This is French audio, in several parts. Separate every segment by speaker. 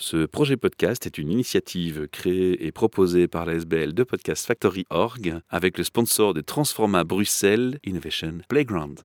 Speaker 1: Ce projet podcast est une initiative créée et proposée par la SBL de Podcast Factory Org avec le sponsor de Transforma Bruxelles Innovation Playground.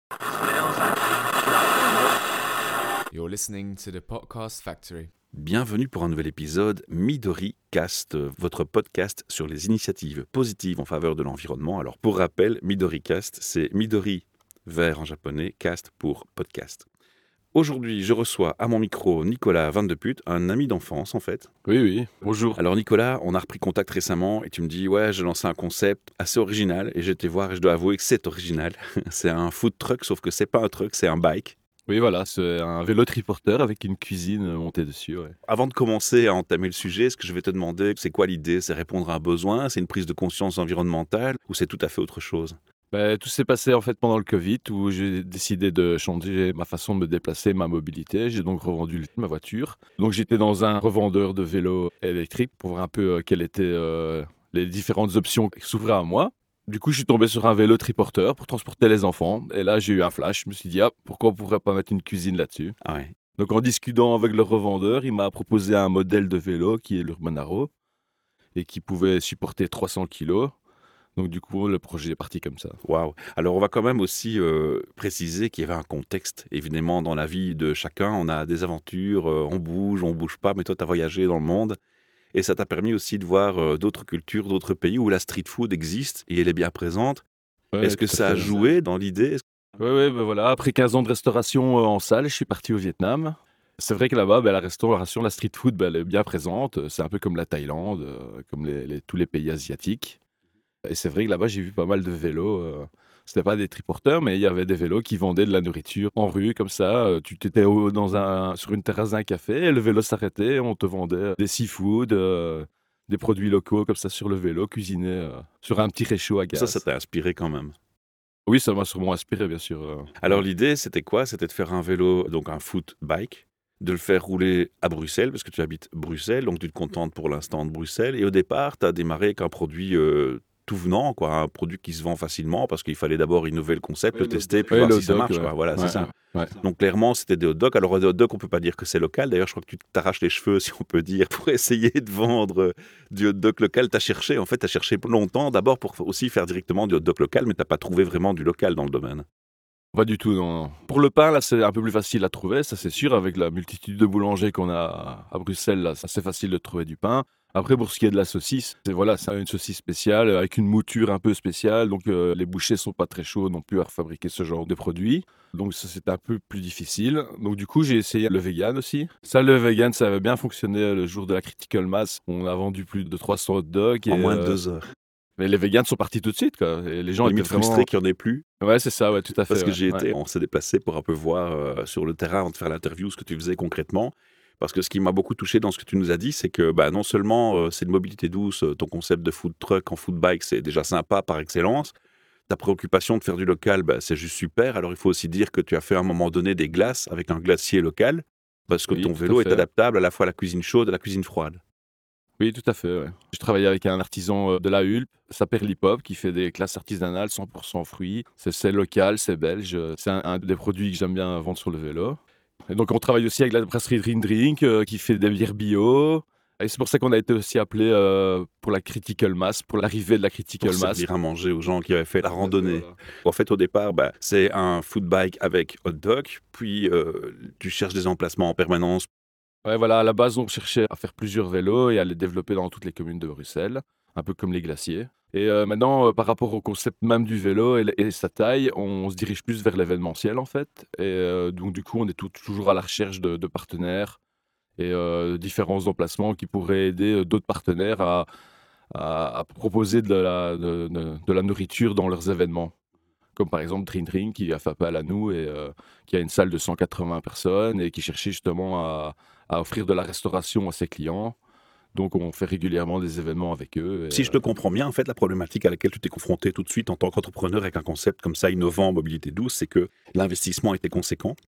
Speaker 2: You're listening to the Podcast Factory.
Speaker 1: Bienvenue pour un nouvel épisode Midori Cast, votre podcast sur les initiatives positives en faveur de l'environnement. Alors pour rappel, Midori Cast, c'est Midori vert en japonais, cast pour podcast. Aujourd'hui, je reçois à mon micro Nicolas Van de Put, un ami d'enfance en fait.
Speaker 3: Oui, bonjour.
Speaker 1: Alors Nicolas, on a repris contact récemment et tu me dis « Ouais, j'ai lancé un concept assez original » et j'ai été voir et je dois avouer que c'est original. C'est un food truck, sauf que c'est pas un truck, c'est un bike.
Speaker 3: Oui, voilà, c'est un vélo triporteur avec une cuisine montée dessus. Ouais.
Speaker 1: Avant de commencer à entamer le sujet, ce que je vais te demander, c'est quoi l'idée ? C'est répondre à un besoin ? C'est une prise de conscience environnementale ? Ou c'est tout à fait autre chose ?
Speaker 3: Tout s'est passé en fait pendant le Covid où j'ai décidé de changer ma façon de me déplacer, ma mobilité. J'ai donc revendu ma voiture. Donc j'étais dans un revendeur de vélos électriques pour voir un peu quelles étaient les différentes options qui s'ouvraient à moi. Du coup, je suis tombé sur un vélo triporteur pour transporter les enfants. Et là, j'ai eu un flash. Je me suis dit, pourquoi on pourrait pas mettre une cuisine là-dessus ?
Speaker 1: Ah ouais.
Speaker 3: Donc en discutant avec le revendeur, il m'a proposé un modèle de vélo qui est l'Urbanaro et qui pouvait supporter 300 kilos. Donc du coup, le projet est parti comme ça.
Speaker 1: Waouh. Alors on va quand même aussi préciser qu'il y avait un contexte. Évidemment, dans la vie de chacun, on a des aventures, on bouge pas, mais toi, tu as voyagé dans le monde. Et ça t'a permis aussi de voir d'autres cultures, d'autres pays où la street food existe et elle est bien présente.
Speaker 3: Ouais,
Speaker 1: Est-ce que
Speaker 3: tout à
Speaker 1: ça a
Speaker 3: fait.
Speaker 1: joué dans l'idée ?
Speaker 3: Oui, voilà. Après 15 ans de restauration en salle, je suis parti au Vietnam. C'est vrai que là-bas, la restauration, la street food, elle est bien présente. C'est un peu comme la Thaïlande, comme tous les pays asiatiques. Et c'est vrai que là-bas, j'ai vu pas mal de vélos. C'était pas des triporteurs, mais il y avait des vélos qui vendaient de la nourriture en rue, comme ça. Tu t'étais sur une terrasse d'un café, et le vélo s'arrêtait, on te vendait des seafood, des produits locaux, comme ça, sur le vélo, cuisinés sur un petit réchaud à gaz.
Speaker 1: Ça t'a inspiré quand même.
Speaker 3: Oui, ça m'a sûrement inspiré, bien sûr.
Speaker 1: Alors l'idée, c'était quoi ? C'était de faire un vélo, donc un foot bike, de le faire rouler à Bruxelles, parce que tu habites Bruxelles, donc tu te contentes pour l'instant de Bruxelles. Et au départ, tu as démarré avec un produit tout venant, quoi, un produit qui se vend facilement, parce qu'il fallait d'abord innover le concept, le tester, puis voir si ça marche. Quoi. Voilà, c'est ça.
Speaker 3: Ouais.
Speaker 1: Donc clairement, c'était des hot dogs. Alors des hot dogs, on peut pas dire que c'est local. D'ailleurs, je crois que tu t'arraches les cheveux, si on peut dire, pour essayer de vendre du hot dog local. T'as cherché longtemps, d'abord pour aussi faire directement du hot dog local, mais t'as pas trouvé vraiment du local dans le domaine.
Speaker 3: Pas du tout, non. Pour le pain, là, c'est un peu plus facile à trouver, ça c'est sûr. Avec la multitude de boulangers qu'on a à Bruxelles, là, c'est facile de trouver du pain. Après, pour ce qui est de la saucisse, c'est une saucisse spéciale avec une mouture un peu spéciale. Donc, les bouchers sont pas très chauds non plus à fabriquer ce genre de produit. Donc, ça, c'est un peu plus difficile. Donc, du coup, j'ai essayé le vegan aussi. Ça, le vegan, ça avait bien fonctionné le jour de la Critical Mass. On a vendu plus de 300 hot dogs.
Speaker 1: En moins de 2 heures.
Speaker 3: Mais les végans sont partis tout de suite, quoi. Et les gens étaient vraiment
Speaker 1: frustrés qu'il n'y en ait plus.
Speaker 3: Ouais, c'est ça, ouais, tout à fait.
Speaker 1: Parce que j'y étais,
Speaker 3: ouais.
Speaker 1: on s'est déplacé pour un peu voir sur le terrain, avant de faire l'interview, ce que tu faisais concrètement. Parce que ce qui m'a beaucoup touché dans ce que tu nous as dit, c'est que non seulement c'est de mobilité douce, ton concept de food truck en food bike, c'est déjà sympa par excellence. Ta préoccupation de faire du local, c'est juste super. Alors il faut aussi dire que tu as fait à un moment donné des glaces avec un glacier local, parce que
Speaker 3: Oui,
Speaker 1: ton
Speaker 3: tout à
Speaker 1: vélo est
Speaker 3: fait.
Speaker 1: adaptable à la fois à la cuisine chaude et à la cuisine froide.
Speaker 3: Oui, tout à fait. Ouais. Je travaillais avec un artisan de la Hulpe, s'appelle Lipop, qui fait des glaces artisanales 100% fruits. C'est local, c'est belge. C'est un des produits que j'aime bien vendre sur le vélo. Et donc, on travaille aussi avec la brasserie Dream Drink, qui fait des bières bio. Et c'est pour ça qu'on a été aussi appelé pour la Critical Mass, pour l'arrivée de la Critical
Speaker 1: Pour
Speaker 3: Mass.
Speaker 1: servir à manger aux gens qui avaient fait la randonnée.
Speaker 3: Voilà.
Speaker 1: En fait, au départ, c'est un food bike avec hot dog, puis tu cherches des emplacements en permanence.
Speaker 3: Ouais, voilà, à la base, on cherchait à faire plusieurs vélos et à les développer dans toutes les communes de Bruxelles, un peu comme les glaciers. Et maintenant, par rapport au concept même du vélo et sa taille, on se dirige plus vers l'événementiel, en fait. Et donc, du coup, on est toujours à la recherche de partenaires et différents emplacements qui pourraient aider d'autres partenaires à proposer de la nourriture dans leurs événements. Comme par exemple Dream Drink qui a fait appel à nous et qui a une salle de 180 personnes et qui cherchait justement à offrir de la restauration à ses clients. Donc on fait régulièrement des événements avec eux.
Speaker 1: Si je te comprends bien, en fait, la problématique à laquelle tu t'es confronté tout de suite en tant qu'entrepreneur avec un concept comme ça innovant en mobilité douce, c'est que l'investissement était conséquent.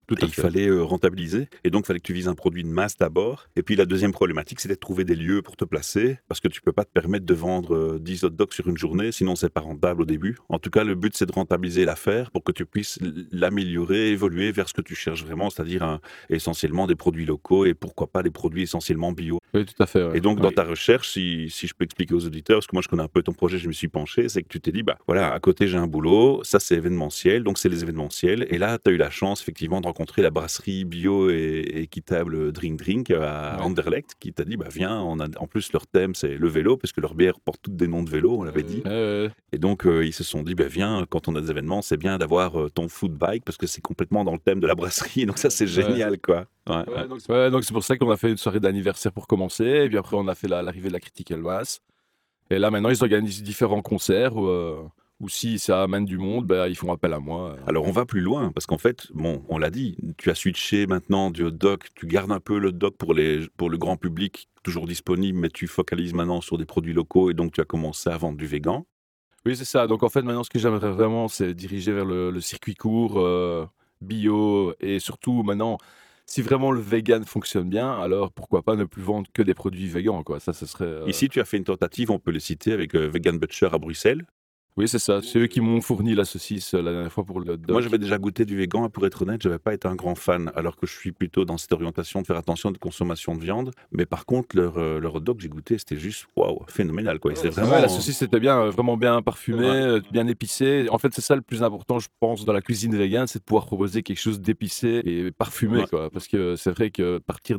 Speaker 3: Tout
Speaker 1: Et
Speaker 3: à
Speaker 1: il
Speaker 3: fait.
Speaker 1: fallait rentabiliser. Et donc, il fallait que tu vises un produit de masse d'abord. Et puis, la deuxième problématique, c'était de trouver des lieux pour te placer. Parce que tu peux pas te permettre de vendre 10 hot dogs sur une journée, sinon c'est pas rentable au début. En tout cas, le but, c'est de rentabiliser l'affaire pour que tu puisses l'améliorer, évoluer vers ce que tu cherches vraiment, c'est-à-dire essentiellement des produits locaux et pourquoi pas des produits essentiellement bio.
Speaker 3: Oui, tout à fait. Ouais.
Speaker 1: Et donc, dans
Speaker 3: Ouais.
Speaker 1: ta recherche, si je peux expliquer aux auditeurs, parce que moi, je connais un peu ton projet, je me suis penché, c'est que tu t'es dit, bah voilà, à côté, j'ai un boulot, ça, c'est événementiel, donc c'est les événementiels. Et là, tu as eu la chance, effectivement, de rencontrer la brasserie bio et équitable Drink à
Speaker 3: Ouais.
Speaker 1: Anderlecht, qui t'a dit, bah viens, en plus, leur thème, c'est le vélo, parce que leurs bières portent toutes des noms de vélo, on l'avait dit.
Speaker 3: Ouais.
Speaker 1: Et donc, ils se sont dit, bah viens, quand on a des événements, c'est bien d'avoir ton food bike, parce que c'est complètement dans le thème de la brasserie. Donc, ça, c'est génial, quoi. Ouais.
Speaker 3: Donc c'est pour ça qu'on a fait une soirée d'anniversaire pour commencer, et puis après on a fait l'arrivée de la Critical Mass. Et là maintenant ils organisent différents concerts où si ça amène du monde, ben, ils font appel à moi.
Speaker 1: Alors on va plus loin, parce qu'en fait, bon, on l'a dit, tu as switché maintenant du hot dog, tu gardes un peu le hot dog pour le grand public, toujours disponible, mais tu focalises maintenant sur des produits locaux et donc tu as commencé à vendre du végan.
Speaker 3: Oui, c'est ça. Donc en fait maintenant ce que j'aimerais vraiment c'est diriger vers le circuit court, bio, et surtout maintenant si vraiment le vegan fonctionne bien, alors pourquoi pas ne plus vendre que des produits végans, quoi. Ça, ce serait...
Speaker 1: Ici, tu as fait une tentative, on peut les citer, avec Vegan Butcher à Bruxelles.
Speaker 3: Oui, c'est ça. C'est eux qui m'ont fourni la saucisse la dernière fois pour le hot dog.
Speaker 1: Moi, j'avais déjà goûté du végan, et pour être honnête, j'avais pas été un grand fan, alors que je suis plutôt dans cette orientation de faire attention à la consommation de viande. Mais par contre, leur hot dog, j'ai goûté, c'était juste, waouh, phénoménal, quoi. C'était vraiment...
Speaker 3: Ouais, la saucisse c'était bien, vraiment bien parfumée,
Speaker 1: Ouais.
Speaker 3: bien épicée. En fait, c'est ça le plus important, je pense, dans la cuisine végane, c'est de pouvoir proposer quelque chose d'épicé et parfumé,
Speaker 1: Ouais.
Speaker 3: quoi. Parce que c'est vrai que partir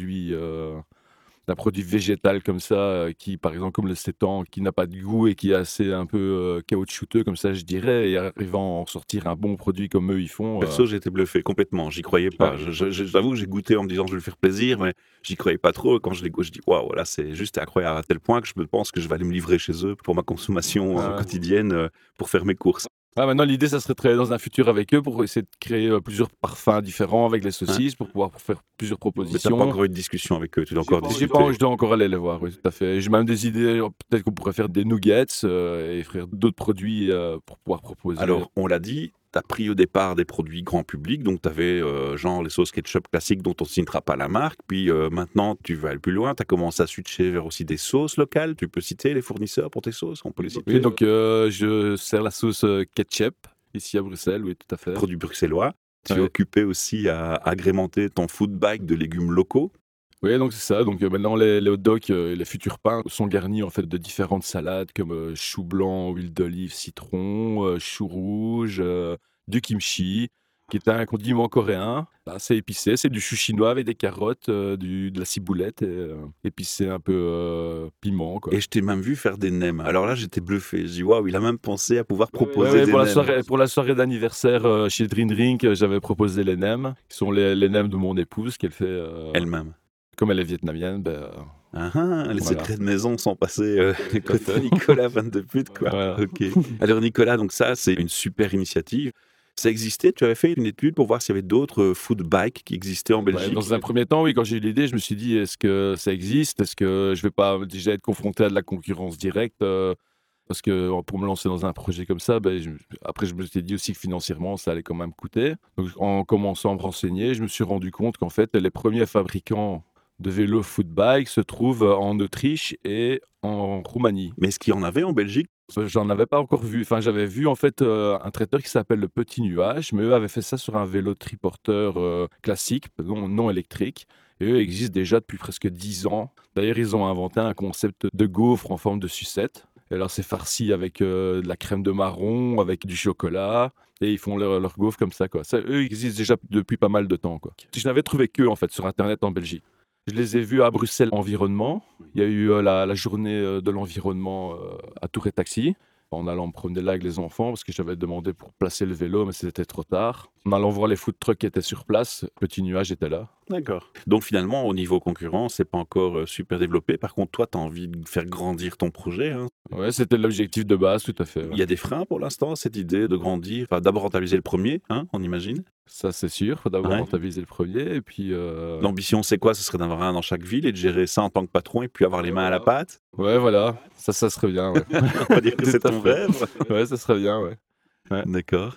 Speaker 3: d'un produit végétal comme ça, qui, par exemple, comme le sétan, qui n'a pas de goût et qui est assez un peu caoutchouteux, comme ça, je dirais, et arrivant à en sortir un bon produit comme eux ils font.
Speaker 1: Perso, j'ai été bluffé complètement, j'y croyais pas.
Speaker 3: Ouais.
Speaker 1: J'avoue, j'ai goûté en me disant je vais le faire plaisir, mais j'y croyais pas trop. Quand je l'ai goûté, je dis waouh, là c'est juste incroyable à tel point que je pense que je vais aller me livrer chez eux pour ma consommation
Speaker 3: Ouais.
Speaker 1: quotidienne, pour faire mes courses.
Speaker 3: Ah, maintenant, l'idée, ça serait de travailler dans un futur avec eux pour essayer de créer plusieurs parfums différents avec les saucisses, pour pouvoir faire plusieurs
Speaker 1: Mais t'as
Speaker 3: propositions.
Speaker 1: pas encore eu de discussion avec eux, tu dois encore
Speaker 3: J'ai
Speaker 1: discuter.
Speaker 3: pas, je dois encore aller les voir, oui, tout à fait. J'ai même des idées, peut-être qu'on pourrait faire des nuggets et faire d'autres produits pour pouvoir proposer.
Speaker 1: Alors, on l'a dit, tu as pris au départ des produits grand public, donc tu avais genre les sauces ketchup classiques dont on ne signera pas la marque, puis maintenant tu vas aller plus loin, tu as commencé à switcher vers aussi des sauces locales, tu peux citer les fournisseurs pour tes sauces, on peut les citer.
Speaker 3: Oui, donc je sers la sauce ketchup ici à Bruxelles, oui, tout à fait.
Speaker 1: Produits bruxellois. Tu es
Speaker 3: Ouais.
Speaker 1: occupé aussi à agrémenter ton food bag de légumes locaux.
Speaker 3: Oui, donc c'est ça. Donc maintenant, les hot dogs et les futurs pains sont garnis en fait de différentes salades comme chou blanc, huile d'olive, citron, chou rouge, du kimchi, qui est un condiment coréen. C'est épicé, c'est du chou chinois avec des carottes, de la ciboulette, et épicé un peu piment, quoi.
Speaker 1: Et je t'ai même vu faire des nems. Alors là, j'étais bluffé. Je dis, waouh, il a même pensé à pouvoir
Speaker 3: Ouais,
Speaker 1: proposer des
Speaker 3: pour
Speaker 1: nems.
Speaker 3: pour la soirée d'anniversaire chez Dream Drink, j'avais proposé les nems, qui sont les nems de mon épouse qu'elle fait.
Speaker 1: Elle-même.
Speaker 3: Comme elle est vietnamienne, ben,
Speaker 1: Ah, ah, les
Speaker 3: Voilà.
Speaker 1: secrets de maison sont passés
Speaker 3: Tout à
Speaker 1: côté
Speaker 3: fait.
Speaker 1: Nicolas, fan de pute, quoi.
Speaker 3: Voilà.
Speaker 1: Ok. Alors Nicolas, donc ça, c'est une super initiative. Ça existait, tu avais fait une étude pour voir s'il y avait d'autres food bikes qui existaient en
Speaker 3: Ouais,
Speaker 1: Belgique.
Speaker 3: dans un premier temps, oui, quand j'ai eu l'idée, je me suis dit, est-ce que ça existe? Est-ce que je vais pas déjà être confronté à de la concurrence directe? Parce que pour me lancer dans un projet comme ça, ben, après, je me suis dit aussi que financièrement, ça allait quand même coûter. Donc, en commençant à me renseigner, je me suis rendu compte qu'en fait, les premiers fabricants de vélos food bike se trouvent en Autriche et en Roumanie.
Speaker 1: Mais est-ce qu'il y en avait en Belgique?
Speaker 3: J'en avais pas encore vu. Enfin, j'avais vu en fait un traiteur qui s'appelle le Petit Nuage, mais eux avaient fait ça sur un vélo triporteur classique, non électrique. Et eux existent déjà depuis presque 10 ans. D'ailleurs, ils ont inventé un concept de gaufre en forme de sucette. Et alors, c'est farci avec de la crème de marron, avec du chocolat. Et ils font leur gaufre comme ça, quoi. Ça, eux, ils existent déjà depuis pas mal de temps, quoi. Je n'avais trouvé qu'eux, en fait, sur Internet en Belgique. Je les ai vus à Bruxelles Environnement. Il y a eu la journée de l'environnement à Tour et Taxi, en allant me promener là avec les enfants, parce que j'avais demandé pour placer le vélo, mais c'était trop tard. En allant voir les food trucks qui étaient sur place, Petit Nuage était là.
Speaker 1: D'accord. Donc finalement, au niveau concurrence, c'est pas encore super développé. Par contre, toi, tu as envie de faire grandir ton projet. Hein.
Speaker 3: Ouais, c'était l'objectif de base, tout à fait.
Speaker 1: Il y a des freins pour l'instant, cette idée de grandir. Enfin, d'abord rentabiliser le premier, hein, on imagine.
Speaker 3: Ça, c'est sûr. Faut d'abord
Speaker 1: Ouais.
Speaker 3: rentabiliser le premier, et puis...
Speaker 1: L'ambition, c'est quoi? Ce serait d'avoir un dans chaque ville et de gérer ça en tant que patron et puis avoir les mains à la pâte.
Speaker 3: Ouais, voilà. Ça serait bien, ouais.
Speaker 1: On va dire que c'est
Speaker 3: Tout à
Speaker 1: ton
Speaker 3: fait.
Speaker 1: rêve.
Speaker 3: Ouais, ça serait bien, ouais.
Speaker 1: D'accord.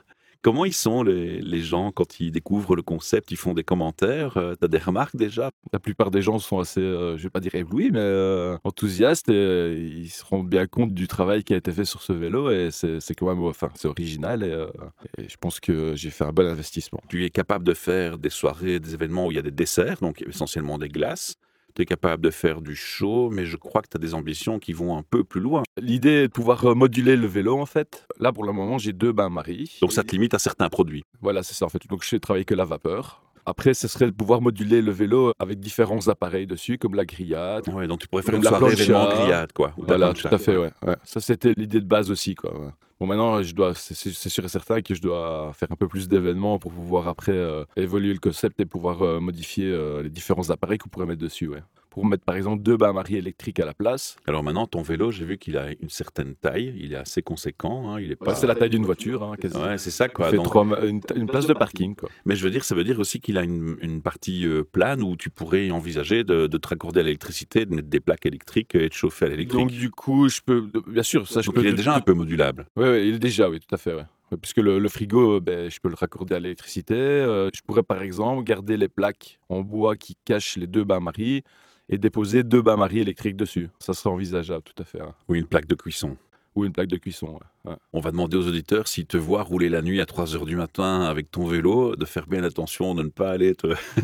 Speaker 1: Comment ils sont les gens quand ils découvrent le concept? Ils font des commentaires? Tu as des remarques déjà?
Speaker 3: La plupart des gens sont assez, je vais pas dire éblouis, mais enthousiastes et ils se rendent bien compte du travail qui a été fait sur ce vélo et c'est quand même, enfin, c'est original et je pense que j'ai fait un bon investissement.
Speaker 1: Tu es capable de faire des soirées, des événements où il y a des desserts, donc essentiellement des glaces. Tu es capable de faire du chaud, mais je crois que tu as des ambitions qui vont un peu plus loin.
Speaker 3: L'idée est de pouvoir, moduler le vélo, en fait. Là, pour le moment, j'ai 2 bains-maries.
Speaker 1: Donc ça te limite à certains produits.
Speaker 3: Voilà, c'est ça, en fait. Donc je sais travailler que la vapeur. Après, ce serait de pouvoir moduler le vélo avec différents appareils dessus, comme la grillade.
Speaker 1: Ouais, donc tu pourrais faire
Speaker 3: Comme
Speaker 1: une
Speaker 3: la
Speaker 1: soirée
Speaker 3: plancha.
Speaker 1: événement grillade, quoi. Ou de la
Speaker 3: Voilà,
Speaker 1: plancha.
Speaker 3: tout à fait, ouais. Ça, c'était l'idée de base aussi, quoi. Ouais. Bon, maintenant, c'est sûr et certain que je dois faire un peu plus d'événements pour pouvoir après évoluer le concept et pouvoir modifier les différents appareils qu'on pourrait mettre dessus, ouais. Pour mettre par exemple 2 bains-maries électriques à la place.
Speaker 1: Alors maintenant, ton vélo, j'ai vu qu'il a une certaine taille. Il est assez conséquent. Hein, il est
Speaker 3: Ouais,
Speaker 1: pas...
Speaker 3: c'est la taille d'une voiture, hein, quasi.
Speaker 1: Ouais, c'est ça,
Speaker 3: Il
Speaker 1: quoi.
Speaker 3: fait
Speaker 1: Donc...
Speaker 3: une place de parking, quoi.
Speaker 1: Mais je veux dire, ça veut dire aussi qu'il a une partie plane où tu pourrais envisager de te raccorder à l'électricité, de mettre des plaques électriques et de chauffer à l'électrique.
Speaker 3: Donc du coup, je peux, bien sûr, ça je
Speaker 1: Donc
Speaker 3: peux.
Speaker 1: il est déjà un peu modulable.
Speaker 3: Oui, il est déjà, oui, tout à fait, ouais. Ouais, puisque le frigo, je peux le raccorder à l'électricité. Je pourrais par exemple garder les plaques en bois qui cachent les 2 bains-maries et déposer 2 bains-maries électriques dessus. Ça serait envisageable, tout à fait. Hein.
Speaker 1: Ou une plaque de cuisson.
Speaker 3: Ou une plaque de cuisson, ouais.
Speaker 1: On va demander aux auditeurs, s'ils te voient rouler la nuit à 3h du matin avec ton vélo, de faire bien attention, de ne pas aller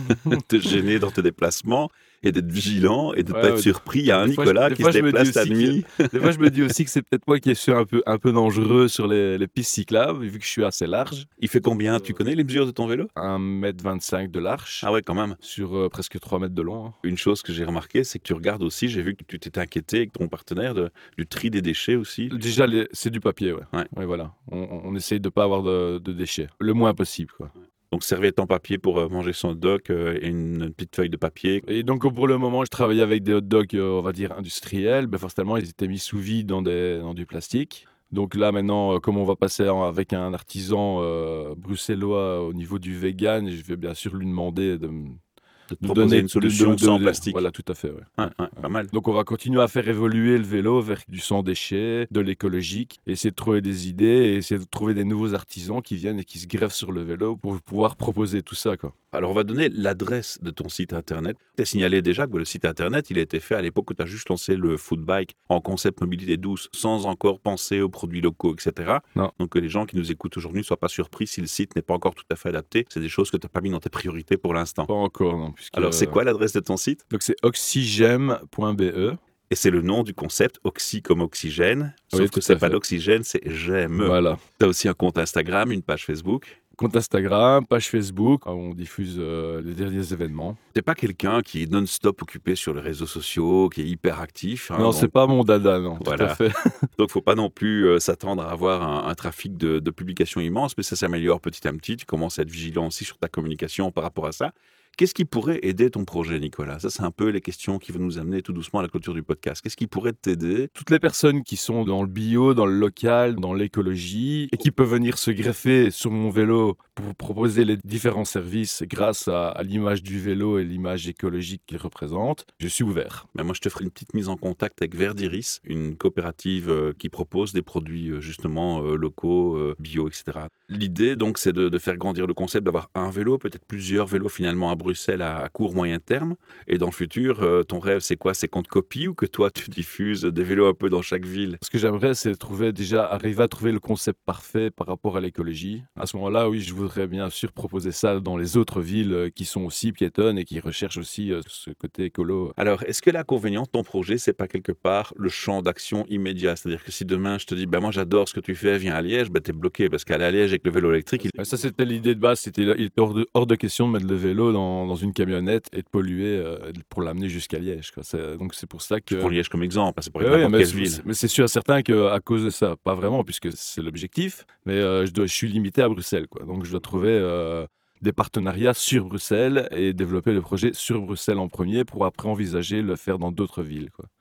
Speaker 1: te gêner dans tes déplacements et d'être vigilant et de ne pas être surpris. Il y a un
Speaker 3: Des fois,
Speaker 1: Nicolas qui se déplace la nuit.
Speaker 3: Des fois, je me dis aussi que c'est peut-être moi qui suis un peu dangereux sur les pistes cyclables, vu que je suis assez large.
Speaker 1: Il fait combien? Tu connais les mesures de ton vélo?
Speaker 3: 1,25 m de large.
Speaker 1: Ah ouais, quand même.
Speaker 3: Sur presque 3 mètres de long. Hein.
Speaker 1: Une chose que j'ai remarqué, c'est que tu regardes aussi, j'ai vu que tu t'étais inquiété avec ton partenaire du tri des déchets aussi.
Speaker 3: Déjà, c'est du papier, ouais.
Speaker 1: Ouais.
Speaker 3: Ouais, voilà. On essaye de ne pas avoir de déchets. Le moins possible, quoi.
Speaker 1: Donc serviette en papier pour manger son hot dog et une petite feuille de papier.
Speaker 3: Et donc pour le moment, je travaillais avec des hot dogs, on va dire industriels. Forcément, ils étaient mis sous vide dans du plastique. Donc là maintenant, comme on va passer avec un artisan bruxellois au niveau du vegan, je vais bien sûr lui demander de
Speaker 1: proposer
Speaker 3: donner
Speaker 1: une solution sans plastique.
Speaker 3: Voilà, tout à fait. Ouais.
Speaker 1: Pas mal.
Speaker 3: Donc on va continuer à faire évoluer le vélo vers du sans déchets, de l'écologique, essayer de trouver des idées et essayer de trouver des nouveaux artisans qui viennent et qui se greffent sur le vélo pour pouvoir proposer tout ça, quoi.
Speaker 1: Alors on va donner l'adresse de ton site internet. Tu as signalé déjà que le site internet, il a été fait à l'époque où tu as juste lancé le food bike en concept mobilité douce, sans encore penser aux produits locaux, etc.
Speaker 3: Non.
Speaker 1: Donc que les gens qui nous écoutent aujourd'hui ne soient pas surpris si le site n'est pas encore tout à fait adapté. C'est des choses que tu n'as pas mis dans tes priorités pour l'instant.
Speaker 3: Pas encore, non.
Speaker 1: Alors c'est quoi l'adresse de ton site?
Speaker 3: Donc c'est oxygem.be.
Speaker 1: Et c'est le nom du concept, oxy comme oxygène, sauf
Speaker 3: Oui,
Speaker 1: que c'est pas l'oxygène, c'est j'aime.
Speaker 3: Voilà.
Speaker 1: Tu as aussi un compte Instagram, une page Facebook.
Speaker 3: Compte Instagram, page Facebook, où on diffuse les derniers événements.
Speaker 1: T'es pas quelqu'un qui est non-stop occupé sur les réseaux sociaux, qui est hyper actif. Hein,
Speaker 3: non, c'est pas mon dada, non.
Speaker 1: Voilà.
Speaker 3: Tout à fait.
Speaker 1: Donc, faut pas non plus s'attendre à avoir un trafic de publications immense, mais ça s'améliore petit à petit. Tu commences à être vigilant aussi sur ta communication par rapport à ça. Qu'est-ce qui pourrait aider ton projet, Nicolas? Ça, c'est un peu les questions qui vont nous amener tout doucement à la clôture du podcast. Qu'est-ce qui pourrait t'aider?
Speaker 3: Toutes les personnes qui sont dans le bio, dans le local, dans l'écologie, et qui peuvent venir se greffer sur mon vélo pour proposer les différents services grâce à l'image du vélo et l'image écologique qu'il représente, je suis ouvert.
Speaker 1: Mais moi, je te ferai une petite mise en contact avec Verdiris, une coopérative qui propose des produits justement locaux, bio, etc. L'idée, donc, c'est de faire grandir le concept, d'avoir un vélo, peut-être plusieurs vélos finalement à Bruxelles à court moyen terme. Et dans le futur, ton rêve, c'est quoi? C'est qu'on te copie ou que toi, tu diffuses des vélos un peu dans chaque ville?
Speaker 3: Ce que j'aimerais, c'est arriver à trouver le concept parfait par rapport à l'écologie. À ce moment-là, oui, je voudrais bien sûr proposer ça dans les autres villes qui sont aussi piétonnes et qui recherchent aussi ce côté écolo.
Speaker 1: Alors, est-ce que l'inconvénient de ton projet, c'est pas quelque part le champ d'action immédiat? C'est-à-dire que si demain, je te dis, moi, j'adore ce que tu fais, viens à Liège, t'es bloqué parce qu'aller à Liège avec le vélo électrique,
Speaker 3: Ça, c'était l'idée de base. Il était hors de question de mettre le vélo dans une camionnette et de polluer pour l'amener jusqu'à Liège, quoi. Donc c'est pour ça que...
Speaker 1: Je prends Liège comme exemple, c'est pour
Speaker 3: Oui,
Speaker 1: n'importe quelle ville.
Speaker 3: mais c'est sûr et certain qu'à cause de ça, pas vraiment, puisque c'est l'objectif, mais je suis limité à Bruxelles, quoi. Donc je dois trouver des partenariats sur Bruxelles et développer le projet sur Bruxelles en premier pour après envisager le faire dans d'autres villes, quoi.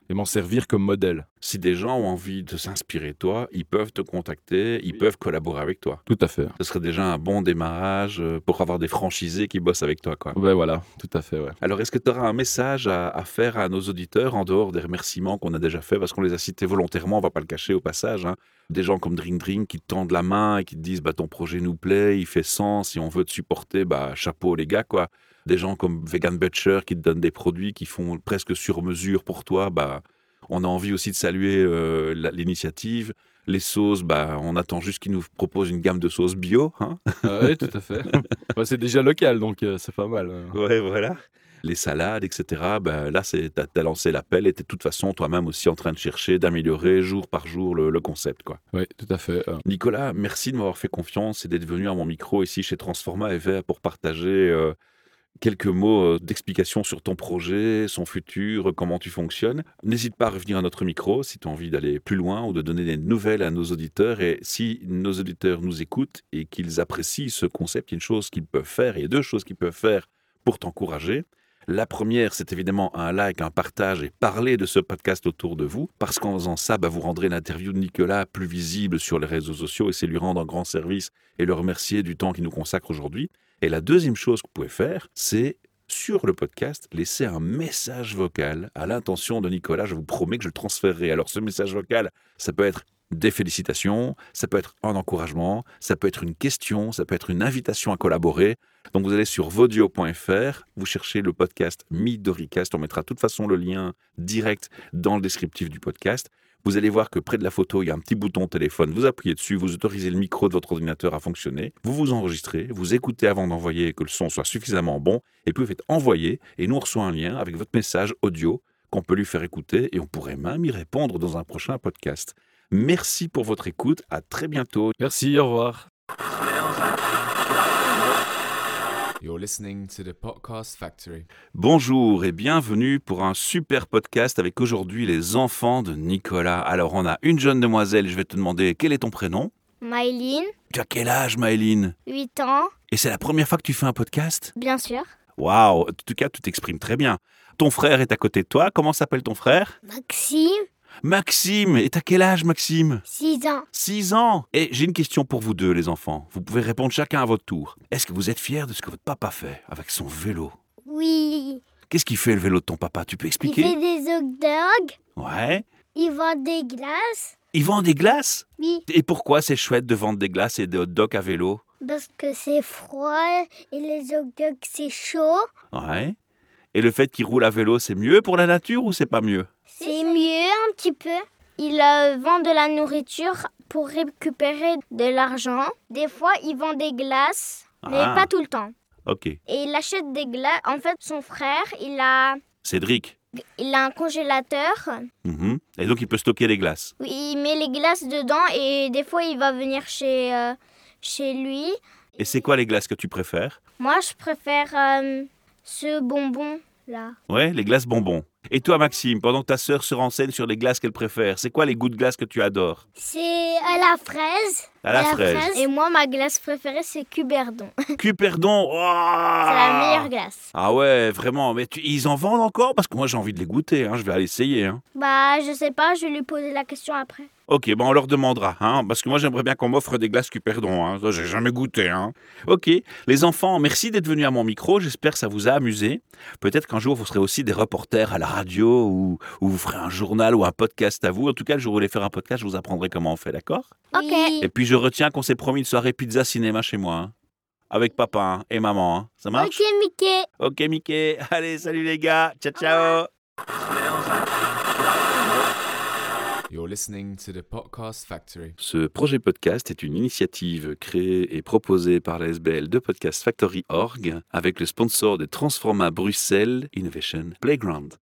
Speaker 3: et m'en servir comme modèle.
Speaker 1: Si des gens ont envie de s'inspirer de toi, ils peuvent te contacter, ils peuvent collaborer avec toi.
Speaker 3: Tout à fait.
Speaker 1: Ce serait déjà un bon démarrage pour avoir des franchisés qui bossent avec toi, quoi.
Speaker 3: Ouais, voilà, tout à fait, ouais.
Speaker 1: Alors, est-ce que tu auras un message à faire à nos auditeurs en dehors des remerciements qu'on a déjà faits, parce qu'on les a cités volontairement, on va pas le cacher au passage, hein. Des gens comme Drink Drink qui te tendent la main et qui te disent ton projet nous plaît, il fait sens, si on veut te supporter, chapeau les gars, quoi. Des gens comme Vegan Butcher qui te donnent des produits qui font presque sur mesure pour toi, on a envie aussi de saluer l'initiative. Les sauces, on attend juste qu'ils nous proposent une gamme de sauces bio, hein.
Speaker 3: Oui, tout à fait. Ouais, c'est déjà local, donc c'est pas mal.
Speaker 1: Ouais, voilà. Les salades, etc. Là, t'as lancé l'appel et t'es de toute façon toi-même aussi en train de chercher, d'améliorer jour par jour le concept, quoi.
Speaker 3: Oui, tout à fait.
Speaker 1: Nicolas, merci de m'avoir fait confiance et d'être venu à mon micro ici chez Transforma et Vert pour partager quelques mots d'explication sur ton projet, son futur, comment tu fonctionnes. N'hésite pas à revenir à notre micro si tu as envie d'aller plus loin ou de donner des nouvelles à nos auditeurs. Et si nos auditeurs nous écoutent et qu'ils apprécient ce concept, il y a une chose qu'ils peuvent faire, et il y a deux choses qu'ils peuvent faire pour t'encourager. La première, c'est évidemment un like, un partage et parler de ce podcast autour de vous, parce qu'en faisant ça, vous rendrez l'interview de Nicolas plus visible sur les réseaux sociaux et c'est lui rendre un grand service et le remercier du temps qu'il nous consacre aujourd'hui. Et la deuxième chose que vous pouvez faire, c'est sur le podcast, laisser un message vocal à l'intention de Nicolas. Je vous promets que je le transférerai. Alors ce message vocal, ça peut être des félicitations, ça peut être un encouragement, ça peut être une question, ça peut être une invitation à collaborer. Donc vous allez sur vodio.fr, vous cherchez le podcast Midoricast, on mettra de toute façon le lien direct dans le descriptif du podcast. Vous allez voir que près de la photo, il y a un petit bouton téléphone, vous appuyez dessus, vous autorisez le micro de votre ordinateur à fonctionner, vous vous enregistrez, vous écoutez avant d'envoyer que le son soit suffisamment bon, et puis vous faites envoyer, et nous on reçoit un lien avec votre message audio qu'on peut lui faire écouter, et on pourrait même y répondre dans un prochain podcast. Merci pour votre écoute, à très bientôt.
Speaker 3: Merci, au revoir.
Speaker 2: You're listening to the Podcast Factory.
Speaker 1: Bonjour et bienvenue pour un super podcast avec aujourd'hui les enfants de Nicolas. Alors on a une jeune demoiselle, je vais te demander quel est ton prénom?
Speaker 4: Maëline,
Speaker 1: Tu as quel âge Maëline?
Speaker 4: 8 ans,
Speaker 1: Et c'est la première fois que tu fais un podcast?
Speaker 4: bien sûr.
Speaker 1: Waouh, en tout cas tu t'exprimes très bien. Ton frère est à côté de toi, comment s'appelle ton frère?
Speaker 4: Maxime,
Speaker 1: Maxime, et t'as quel âge Maxime?
Speaker 4: 6 ans.
Speaker 1: 6 ans. Et j'ai une question pour vous deux les enfants. Vous pouvez répondre chacun à votre tour. Est-ce que vous êtes fiers de ce que votre papa fait avec son vélo?
Speaker 4: Oui,
Speaker 1: Qu'est-ce qu'il fait le vélo de ton papa? Tu peux
Speaker 4: il
Speaker 1: expliquer?
Speaker 4: fait des hot dogs,
Speaker 1: Ouais.
Speaker 4: il vend des glaces.
Speaker 1: Il vend des glaces?
Speaker 4: Oui,
Speaker 1: Et pourquoi c'est chouette de vendre des glaces et des hot dogs à vélo?
Speaker 4: parce que c'est froid et les hot dogs c'est chaud.
Speaker 1: Ouais. Et le fait qu'il roule à vélo, c'est mieux pour la nature ou c'est pas mieux?
Speaker 4: C'est mieux un petit peu. Il vend de la nourriture pour récupérer de l'argent. Des fois, il vend des glaces, mais
Speaker 1: Ah.
Speaker 4: pas tout le temps.
Speaker 1: Ok.
Speaker 4: Et il achète des glaces. En fait, son frère, il a
Speaker 1: Cédric.
Speaker 4: un congélateur.
Speaker 1: Mhm. Et donc il peut stocker des glaces.
Speaker 4: Oui, il met les glaces dedans et des fois, il va venir chez lui.
Speaker 1: Et c'est quoi les glaces que tu préfères?
Speaker 4: Moi, je préfère ce bonbon-là.
Speaker 1: Ouais, les glaces bonbons. Et toi Maxime, pendant que ta sœur se renseigne sur les glaces qu'elle préfère, c'est quoi les goûts de glace que tu adores?
Speaker 4: C'est à la fraise.
Speaker 1: À la fraise.
Speaker 4: Et moi, ma glace préférée, c'est Cuberdon.
Speaker 1: Cuperdon.
Speaker 4: C'est la meilleure glace.
Speaker 1: Ah ouais, vraiment. Mais ils en vendent encore? Parce que moi j'ai envie de les goûter, hein. Je vais aller essayer, hein.
Speaker 4: Je sais pas, je vais lui poser la question après.
Speaker 1: Ok, on leur demandera, hein, parce que moi j'aimerais bien qu'on m'offre des glaces Cuperdon, hein. Ça, j'ai jamais goûté, hein. Ok, les enfants, merci d'être venus à mon micro, j'espère que ça vous a amusé. Peut-être qu'un jour vous serez aussi des reporters à la radio ou vous ferez un journal ou un podcast à vous. En tout cas, le jour où vous voulez faire un podcast, je vous apprendrai comment on fait, d'accord?
Speaker 4: Ok.
Speaker 1: Et puis je retiens qu'on s'est promis une soirée pizza cinéma chez moi, hein, avec papa hein, et maman, hein. Ça marche?
Speaker 4: Ok, Mickey.
Speaker 1: Ok, Mickey. Allez, salut les gars. Ciao, ciao.
Speaker 2: You're listening to the Podcast Factory.
Speaker 1: Ce projet podcast est une initiative créée et proposée par la SBL de Podcast Factory Org avec le sponsor de Transforma Bruxelles Innovation Playground.